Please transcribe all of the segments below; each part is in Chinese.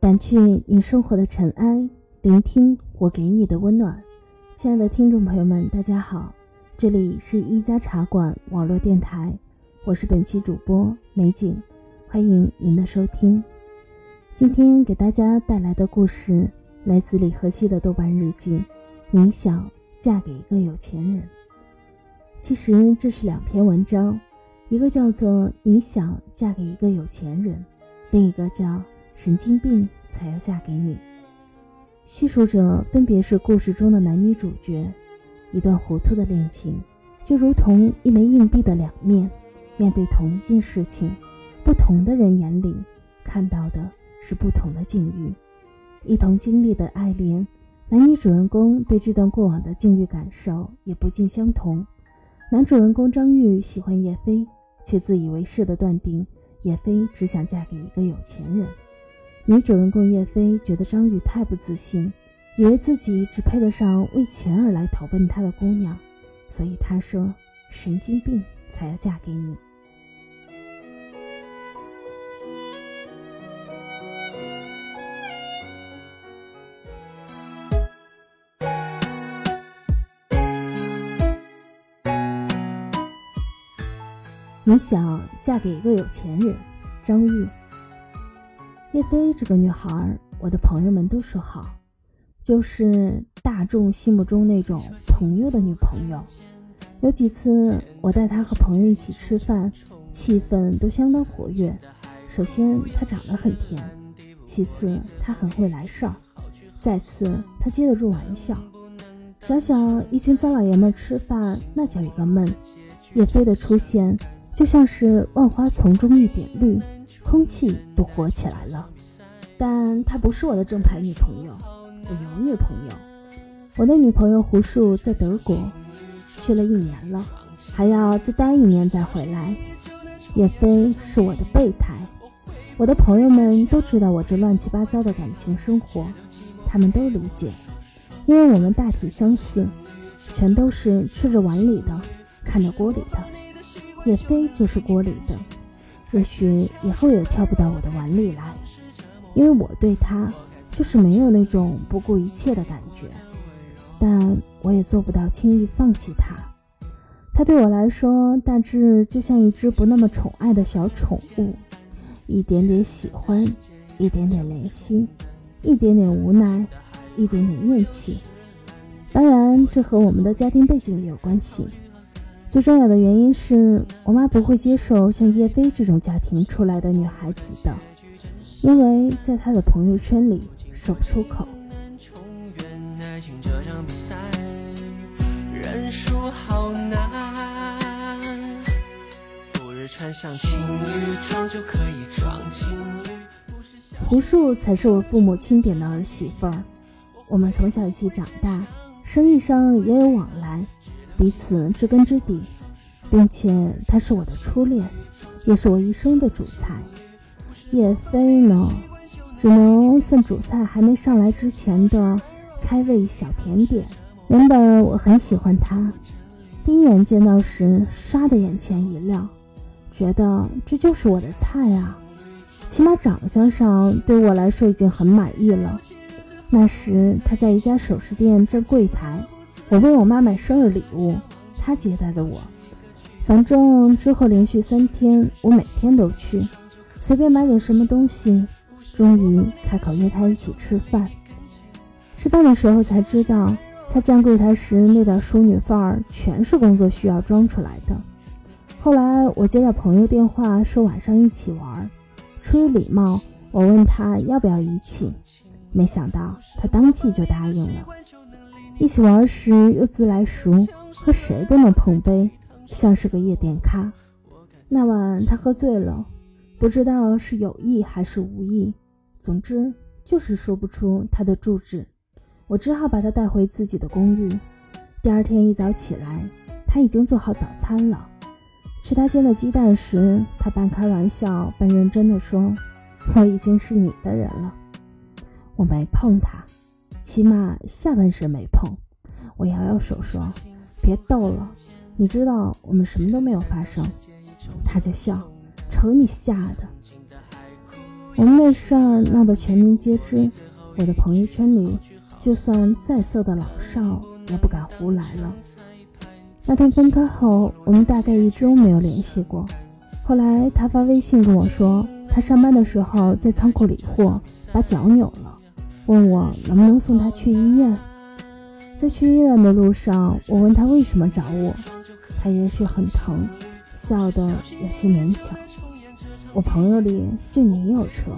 掸去你生活的尘埃，聆听我给你的温暖。亲爱的听众朋友们，大家好，这里是一家茶馆网络电台，我是本期主播美景，欢迎您的收听。今天给大家带来的故事来自李和熙的豆瓣日记，你想嫁给一个有钱人。其实这是两篇文章，一个叫做你想嫁给一个有钱人，另一个叫神经病才要嫁给你。叙述者分别是故事中的男女主角，一段糊涂的恋情就如同一枚硬币的两面，面对同一件事情，不同的人眼里看到的是不同的境遇。一同经历的爱恋，男女主人公对这段过往的境遇感受也不尽相同。男主人公张玉喜欢叶飞，却自以为是地断定叶飞只想嫁给一个有钱人。女主人公叶飞觉得张玉太不自信，以为自己只配得上为钱而来投奔他的姑娘，所以她说神经病才要嫁给你。你想嫁给一个有钱人，张玉。叶飞这个女孩，我的朋友们都说好，就是大众心目中那种朋友的女朋友。有几次我带她和朋友一起吃饭，气氛都相当活跃。首先她长得很甜，其次她很会来事儿，再次她接得住玩笑。小小一群糟老爷们吃饭，那叫一个闷。叶飞的出现就像是万花丛中一点绿，空气都活起来了。但她不是我的正牌女朋友，我有女朋友。我的女朋友胡树在德国去了1年了，还要再待1年再回来。叶飞是我的备胎，我的朋友们都知道我这乱七八糟的感情生活，他们都理解，因为我们大体相似，全都是吃着碗里的，看着锅里的。叶飞就是锅里的，也许以后也跳不到我的碗里来，因为我对他就是没有那种不顾一切的感觉，但我也做不到轻易放弃他。他对我来说大致就像一只不那么宠爱的小宠物，一点点喜欢，一点点怜惜，一点点无奈，一点点厌弃。当然这和我们的家庭背景也有关系，最重要的原因是我妈不会接受像叶飞这种家庭出来的女孩子的，因为在她的朋友圈里说不出口。认输好难，不日穿上情侣装就可以装情侣。胡树才是我父母钦点的儿媳妇儿，我们从小一起长大，生意上也有往来，彼此知根知底，并且他是我的初恋，也是我一生的主菜。叶飞呢，只能算主菜还没上来之前的开胃小甜点。原本我很喜欢他，第一眼见到时唰的眼前一亮，觉得这就是我的菜啊，起码长相上对我来说已经很满意了。那时他在一家首饰店站柜台，我为我妈买生日礼物，他接待的我。反正之后连续3天我每天都去，随便买点什么东西，终于开口约他一起吃饭。吃饭的时候才知道，他站柜台时那点淑女范儿全是工作需要装出来的。后来我接到朋友电话说晚上一起玩，出于礼貌我问他要不要一起，没想到他当即就答应了。一起玩时又自来熟，和谁都能碰杯，像是个夜店咖。那晚他喝醉了，不知道是有意还是无意，总之就是说不出他的住址。我只好把他带回自己的公寓。第二天一早起来，他已经做好早餐了。吃他煎的鸡蛋时，他半开玩笑半认真地说，我已经是你的人了。我没碰他，起码下半身没碰。我摇摇手说，别逗了，你知道我们什么都没有发生。他就笑，瞅你吓的。 我们那事儿闹得全民皆知，我的朋友圈里就算再色的老少也不敢胡来了。那天分开后，我们大概1周没有联系过。后来他发微信跟我说，他上班的时候在仓库理货，把脚扭了，问我能不能送他去医院。在去医院的路上，我问他为什么找我，他也许很疼，笑得有些勉强。我朋友里就你有车。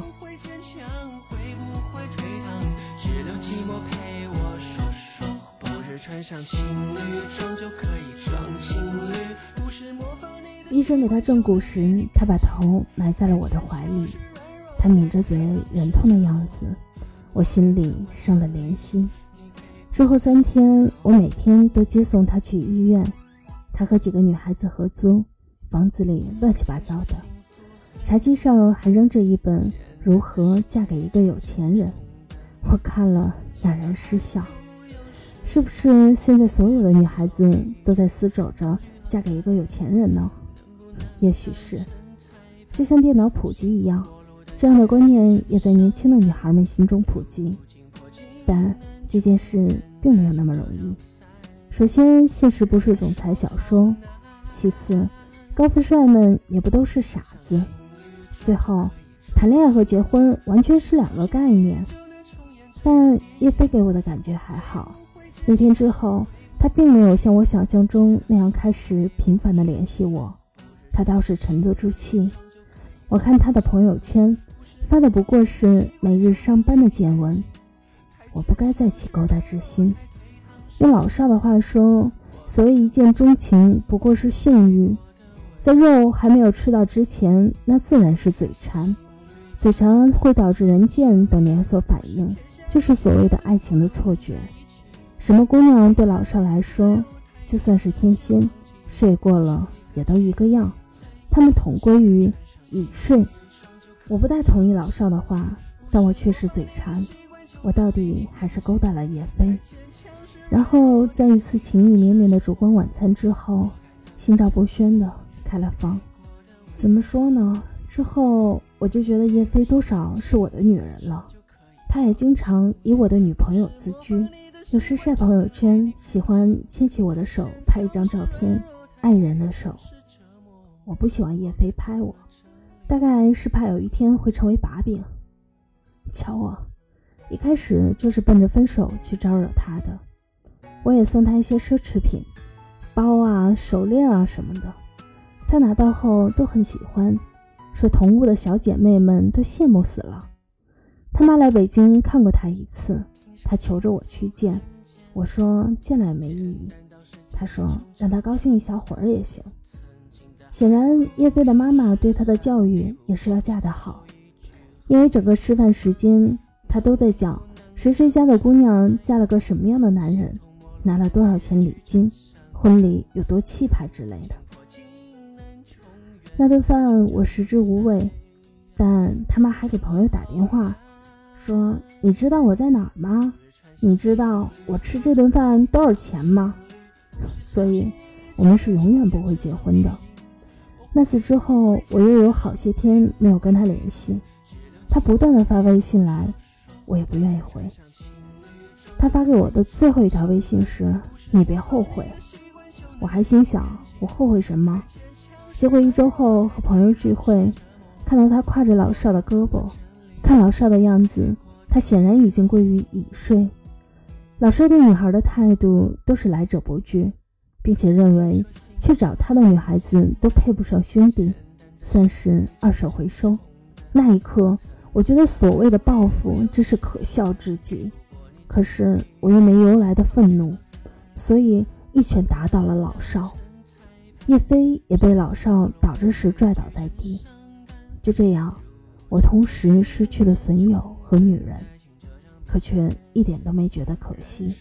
医生给他正骨时，他把头埋在了我的怀里，他抿着嘴忍痛的样子，我心里生了怜惜。之后3天，我每天都接送他去医院，他和几个女孩子合租，房子里乱七八糟的，茶几上还扔着一本《如何嫁给一个有钱人》，我看了哑然失笑。是不是现在所有的女孩子都在死守着嫁给一个有钱人呢？也许是，就像电脑普及一样，这样的观念也在年轻的女孩们心中普及。但这件事并没有那么容易。首先，现实不是总裁小说；其次，高富帅们也不都是傻子；最后，谈恋爱和结婚完全是2个概念。但叶飞给我的感觉还好，那天之后，他并没有像我想象中那样开始频繁地联系我，他倒是沉得住气。我看他的朋友圈，发的不过是每日上班的见闻。我不该再起勾搭之心。用老少的话说，所谓一见钟情不过是性欲，在肉还没有吃到之前，那自然是嘴馋。嘴馋会导致人见等连锁反应，就是所谓的爱情的错觉。什么姑娘对老少来说，就算是天仙，睡过了也都一个样，他们统归于已睡。我不太同意老少的话，但我确实嘴馋，我到底还是勾搭了叶飞。然后在一次情意绵绵的烛光晚餐之后，心照不宣的开了房。怎么说呢，之后我就觉得叶飞多少是我的女人了。她也经常以我的女朋友自居，有时晒朋友圈，喜欢牵起我的手拍一张照片，爱人的手。我不喜欢叶飞拍我，大概是怕有一天会成为把柄。瞧我，一开始就是奔着分手去招惹他的。我也送他一些奢侈品，包啊、手链啊什么的，他拿到后都很喜欢，说同屋的小姐妹们都羡慕死了。他妈来北京看过他一次，他求着我去见，我说见了也没意义，他说让他高兴一小会儿也行。显然叶飞的妈妈对他的教育也是要嫁得好，因为整个吃饭时间他都在讲谁谁家的姑娘嫁了个什么样的男人，拿了多少钱礼金，婚礼有多气派之类的。那顿饭我食之无味，但他妈还给朋友打电话说，你知道我在哪儿吗？你知道我吃这顿饭多少钱吗？所以我们是永远不会结婚的。那次之后，我又有好些天没有跟他联系，他不断的发微信来，我也不愿意回。他发给我的最后一条微信是，你别后悔。我还心想，我后悔什么？结果1周后和朋友聚会，看到他挎着老少的胳膊，看老少的样子，他显然已经归于已睡。老少对女孩的态度都是来者不拒，并且认为去找他的女孩子都配不上兄弟，算是二手回收。那一刻，我觉得所谓的报复真是可笑至极。可是我又没由来的愤怒，所以一拳打倒了老少。叶飞也被老少倒着时拽倒在地。就这样，我同时失去了损友和女人，可却一点都没觉得可惜。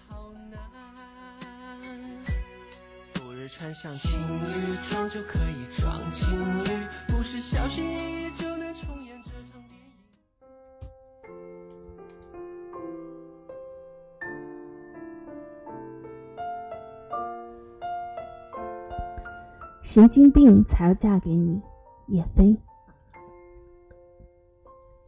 不是穿上情侣装就可以装情侣，不是小心翼翼就能重演这场电影。神经病才要嫁给你，叶飞。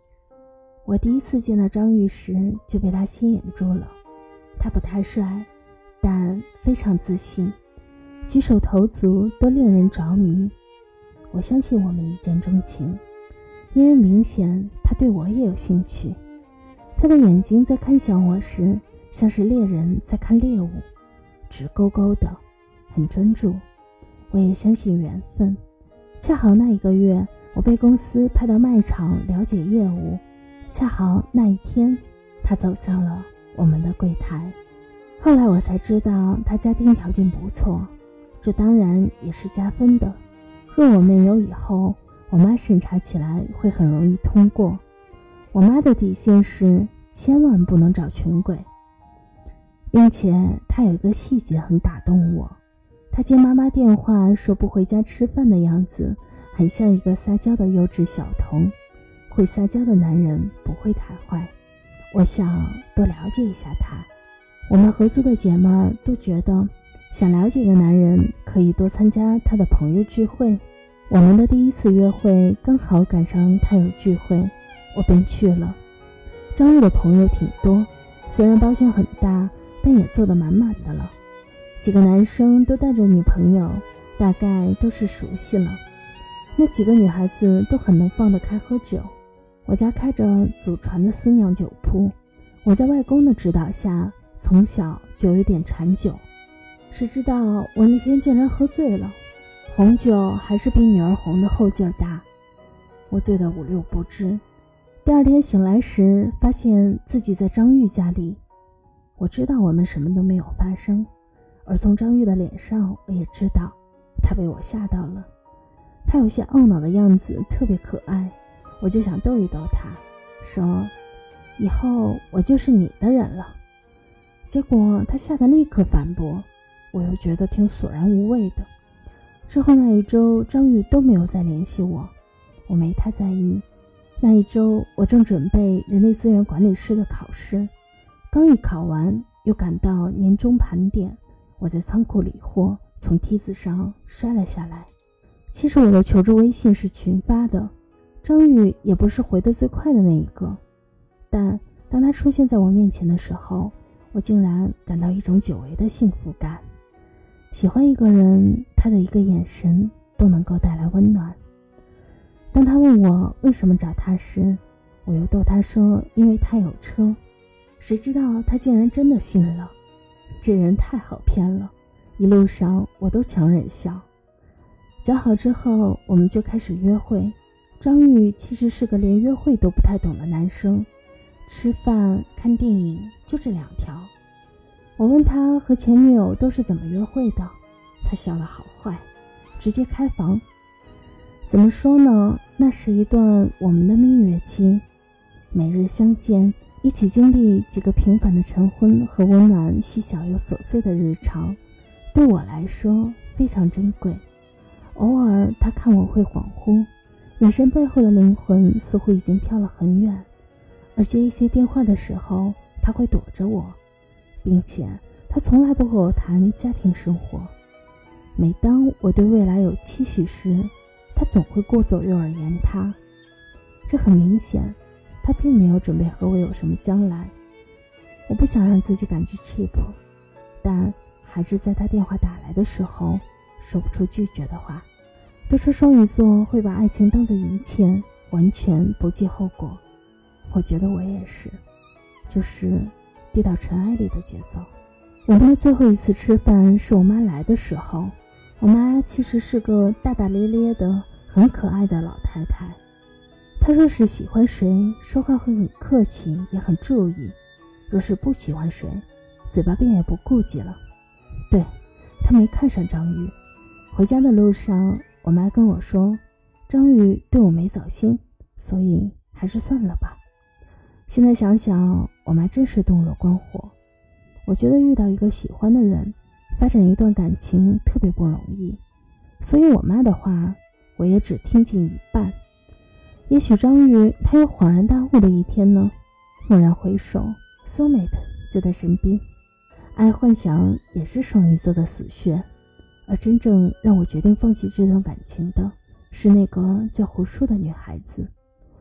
我第一次见到张玉时就被他吸引住了。他不太帅，但非常自信，举手投足都令人着迷。我相信我们一见钟情，因为明显他对我也有兴趣。他的眼睛在看向我时，像是猎人在看猎物，直勾勾的，很专注。我也相信缘分。恰好那一个月，我被公司派到卖场了解业务，恰好那一天，他走向了我们的柜台。后来我才知道他家庭条件不错，这当然也是加分的。若我们有以后，我妈审查起来会很容易通过。我妈的底线是千万不能找穷鬼，并且她有一个细节很打动我。她接妈妈电话说不回家吃饭的样子，很像一个撒娇的幼稚小童。会撒娇的男人不会太坏，我想多了解一下他。我们合租的姐妹儿都觉得，想了解一个男人可以多参加他的朋友聚会。我们的第一次约会刚好赶上他有聚会，我便去了。张玉的朋友挺多，虽然包厢很大，但也坐得满满的了。几个男生都带着女朋友，大概都是熟悉了。那几个女孩子都很能放得开喝酒。我家开着祖传的私酿酒铺，我在外公的指导下，从小就有点馋酒。谁知道我那天竟然喝醉了，红酒还是比女儿红的后劲儿大，我醉得五六不知。第二天醒来时，发现自己在张玉家里。我知道我们什么都没有发生，而从张玉的脸上，我也知道他被我吓到了。他有些懊恼的样子，特别可爱。我就想逗一逗他，说以后我就是你的人了。结果他吓得立刻反驳，我又觉得挺索然无味的。之后那一周，张玉都没有再联系我，我没太在意。那一周我正准备人力资源管理师的考试，刚一考完，又赶到年终盘点，我在仓库理货，从梯子上摔了下来。其实我的求助微信是群发的，张玉也不是回得最快的那一个，但当他出现在我面前的时候，我竟然感到一种久违的幸福感。喜欢一个人，他的一个眼神都能够带来温暖。当他问我为什么找他时，我又逗他说因为他有车。谁知道他竟然真的信了，这人太好骗了，一路上我都强忍笑。讲好之后，我们就开始约会。张玉其实是个连约会都不太懂的男生，吃饭看电影就这两条。我问他和前女友都是怎么约会的，他笑得好坏，直接开房。怎么说呢，那是一段我们的蜜月期，每日相见，一起经历几个平凡的晨昏和温暖细小又琐碎的日常，对我来说非常珍贵。偶尔他看我会恍惚，眼神背后的灵魂似乎已经飘了很远，而接一些电话的时候，他会躲着我，并且他从来不和我谈家庭生活。每当我对未来有期许时，他总会过左右而言他。这很明显，他并没有准备和我有什么将来。我不想让自己感觉 cheap， 但还是在他电话打来的时候说不出拒绝的话。都说双鱼座会把爱情当作一切，完全不计后果。我觉得我也是，就是跌到尘埃里的节奏。我们的最后一次吃饭是我妈来的时候，我妈其实是个大大咧咧的很可爱的老太太。她若是喜欢谁，说话会很客气，也很注意；若是不喜欢谁，嘴巴便也不顾忌了。对，她没看上张玉。回家的路上，我妈跟我说，张玉对我没走心，所以还是算了吧。现在想想，我妈真是洞若观火。我觉得遇到一个喜欢的人，发展一段感情特别不容易，所以我妈的话我也只听进一半。也许张玉他有恍然大悟的一天呢。蓦然回首， soulmate 就在身边。爱幻想也是双鱼座的死穴，而真正让我决定放弃这段感情的是那个叫胡舒的女孩子。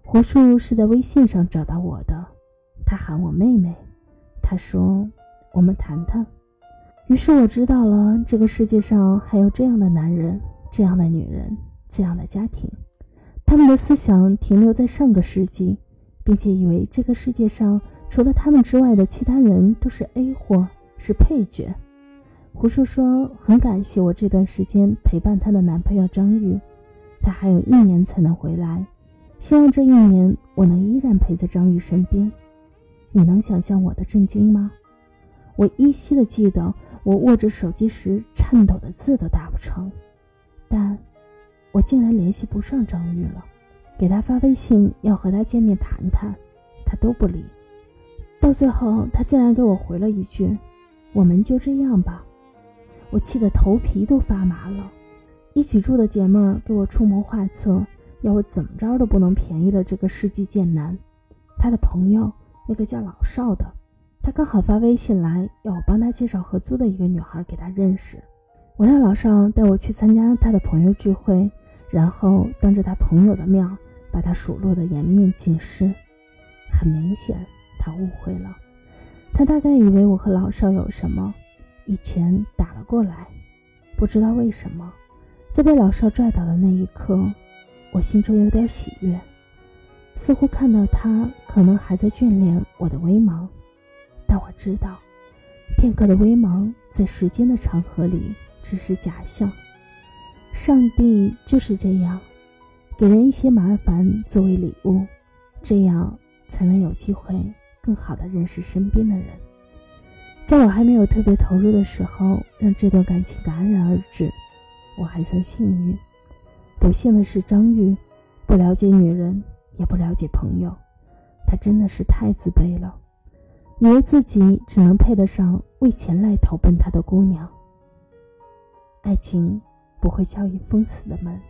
胡树是在微信上找到我的，他喊我妹妹，他说我们谈谈。于是我知道了，这个世界上还有这样的男人，这样的女人，这样的家庭。他们的思想停留在上个世纪，并且以为这个世界上除了他们之外的其他人都是 A 货，是配角。胡树说很感谢我这段时间陪伴她的男朋友张玉，他还有1年才能回来，希望这1年我能依然陪在张玉身边。你能想象我的震惊吗？我依稀地记得我握着手机时颤抖的字都打不成，但我竟然联系不上张玉了，给他发微信要和他见面谈谈，他都不理。到最后他竟然给我回了一句，我们就这样吧。我气得头皮都发麻了。一起住的姐妹儿给我出谋划策，要我怎么着都不能便宜了这个世纪贱男。他的朋友那个叫老邵的，他刚好发微信来要我帮他介绍合租的一个女孩给他认识。我让老邵带我去参加他的朋友聚会，然后当着他朋友的面把他数落的颜面尽失。很明显他误会了，他大概以为我和老邵有什么，一拳打了过来。不知道为什么，在被老邵拽倒的那一刻，我心中有点喜悦，似乎看到他可能还在眷恋我的微芒。但我知道，片刻的微芒在时间的长河里只是假象。上帝就是这样，给人一些麻烦作为礼物，这样才能有机会更好地认识身边的人。在我还没有特别投入的时候，让这段感情戛然而止，我还算幸运。不幸的是张玉不了解女人，也不了解朋友，他真的是太自卑了，以为自己只能配得上为钱来投奔他的姑娘。爱情不会交于封死的门。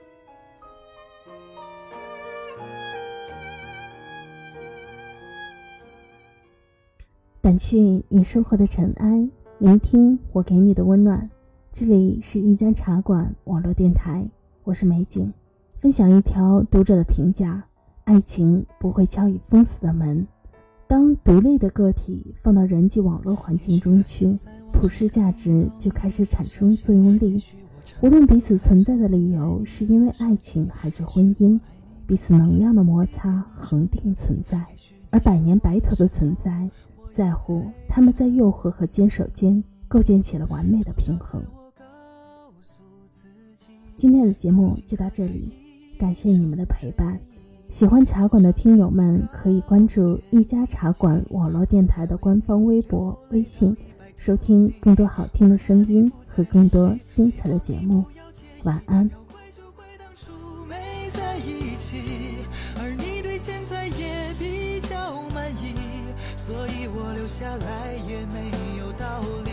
掸去你生活的尘埃，聆听我给你的温暖。这里是一家茶馆网络电台，我是美景，分享一条读者的评价：爱情不会敲以封死的门。当独立的个体放到人际网络环境中去，普世价值就开始产生作用力。无论彼此存在的理由是因为爱情还是婚姻，彼此能量的摩擦恒定存在，而百年白头的存在在乎他们在诱惑和坚守间构建起了完美的平衡。今天的节目就到这里，感谢你们的陪伴。喜欢茶馆的听友们可以关注一家茶馆网络电台的官方微博、微信，收听更多好听的声音和更多精彩的节目。晚安。 而你对现在也比较满意，所以我留下来也没有道理。